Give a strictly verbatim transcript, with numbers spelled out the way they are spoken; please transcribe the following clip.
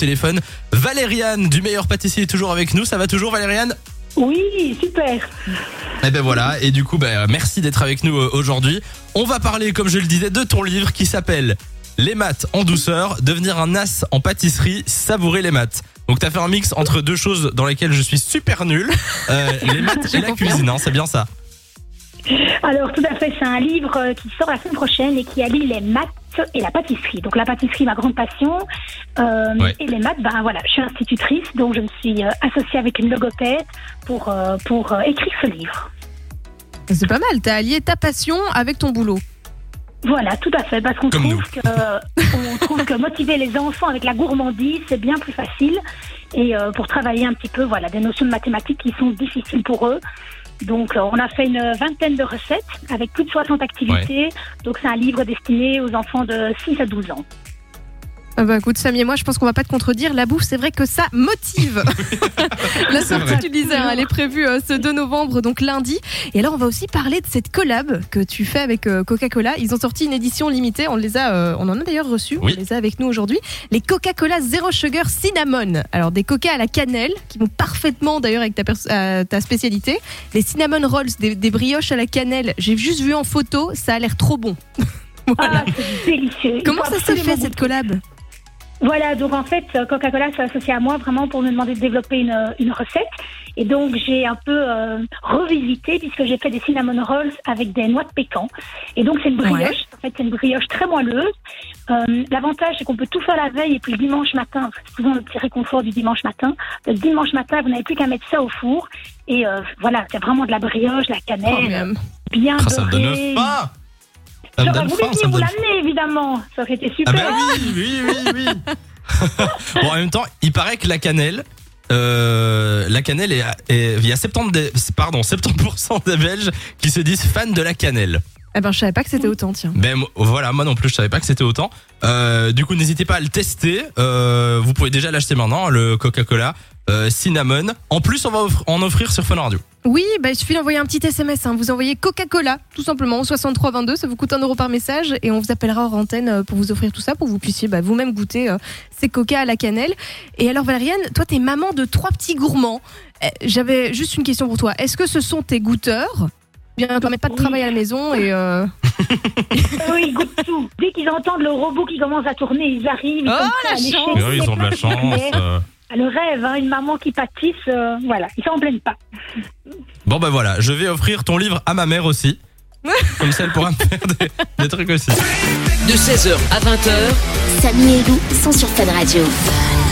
téléphone. Valériane du Meilleur Pâtissier est toujours avec nous. Ça va toujours, Valériane ? Oui, super. Et ben voilà, et du coup, ben, merci d'être avec nous aujourd'hui. On va parler, comme je le disais, de ton livre qui s'appelle Les maths en douceur, devenir un as en pâtisserie, savourer les maths. Donc t'as fait un mix entre deux choses dans lesquelles je suis super nul, euh, les maths et la cuisine, hein, c'est bien ça. Alors tout à fait, c'est un livre qui sort la semaine prochaine et qui allie les maths et la pâtisserie. Donc la pâtisserie, ma grande passion, euh, ouais. Et les maths, ben voilà, je suis institutrice, donc je me suis euh, associée avec une logopède pour, euh, pour euh, écrire ce livre. C'est pas mal, t'as allié ta passion avec ton boulot. Voilà, tout à fait, parce qu'on Comme trouve que, on trouve que motiver les enfants avec la gourmandise, c'est bien plus facile. Et euh, pour travailler un petit peu, voilà, des notions de mathématiques qui sont difficiles pour eux. Donc, euh, on a fait une vingtaine de recettes avec plus de soixante activités. Ouais. Donc, c'est un livre destiné aux enfants de six à douze ans. Ah bah écoute Samy et moi je pense qu'on va pas te contredire, la bouffe c'est vrai que ça motive. La sortie tu disais hein, elle est prévue euh, ce deux novembre donc lundi. Et alors on va aussi parler de cette collab que tu fais avec euh, Coca-Cola. Ils ont sorti une édition limitée, on les a, euh, on en a d'ailleurs reçu, oui. On les a avec nous aujourd'hui. Les Coca-Cola Zero Sugar Cinnamon. Alors des coca à la cannelle qui vont parfaitement d'ailleurs avec ta, pers- euh, ta spécialité. Les Cinnamon Rolls, des, des brioches à la cannelle. J'ai juste vu en photo, ça a l'air trop bon. Voilà. Ah, c'est délicieux. Comment ça s'est fait cette collab ? Voilà, donc en fait, Coca-Cola s'est associé à moi vraiment pour me demander de développer une, une recette. Et donc, j'ai un peu euh, revisité puisque j'ai fait des cinnamon rolls avec des noix de pécan. Et donc, c'est une brioche. Ouais. En fait, c'est une brioche très moelleuse. Euh, l'avantage, c'est qu'on peut tout faire la veille et puis le dimanche matin, c'est souvent le petit réconfort du dimanche matin. Le dimanche matin, vous n'avez plus qu'à mettre ça au four. Et euh, voilà, c'est vraiment de la brioche, de la cannelle, oh, bien ah, dorée. Ça me donne faim. Ça J'aurais voulu venir vous l'amener, évidemment. Ça aurait été super. Ah bah oui, oui, oui, oui. Bon, en même temps, il paraît que la cannelle, euh, la cannelle est, est, il y a soixante-dix, des, pardon, soixante-dix pour cent des Belges qui se disent fans de la cannelle. Eh ben, je savais pas que c'était autant, tiens. Ben voilà, moi non plus, je savais pas que c'était autant. Euh, du coup, n'hésitez pas à le tester. Euh, vous pouvez déjà l'acheter maintenant, le Coca-Cola euh, Cinnamon. En plus, on va offrir, en offrir sur Fun Radio. Oui, bah, il suffit d'envoyer un petit S M S. Hein. Vous envoyez Coca-Cola, tout simplement, au soixante-trois vingt-deux. Ça vous coûte un euro par message. Et on vous appellera hors antenne pour vous offrir tout ça, pour que vous puissiez bah, vous-même goûter euh, ces coca à la cannelle. Et alors, Valériane, toi, t'es maman de trois petits gourmands. Euh, j'avais juste une question pour toi. Est-ce que ce sont tes goûteurs ? Bien, on ne met pas de travail à la maison et... Euh... oui, ils goûtent tout. Dès qu'ils entendent le robot qui commence à tourner, ils arrivent. Ils oh, la chance. Oui, ils ont de la chance. Euh... Le rêve, hein, une maman qui pâtisse, euh, voilà, ils s'en plaignent pas. Bon ben voilà, je vais offrir ton livre à ma mère aussi. Comme ça, elle pourra me faire des, des trucs aussi. De seize heures à vingt heures, Samy et Lou sont sur Fun Radio.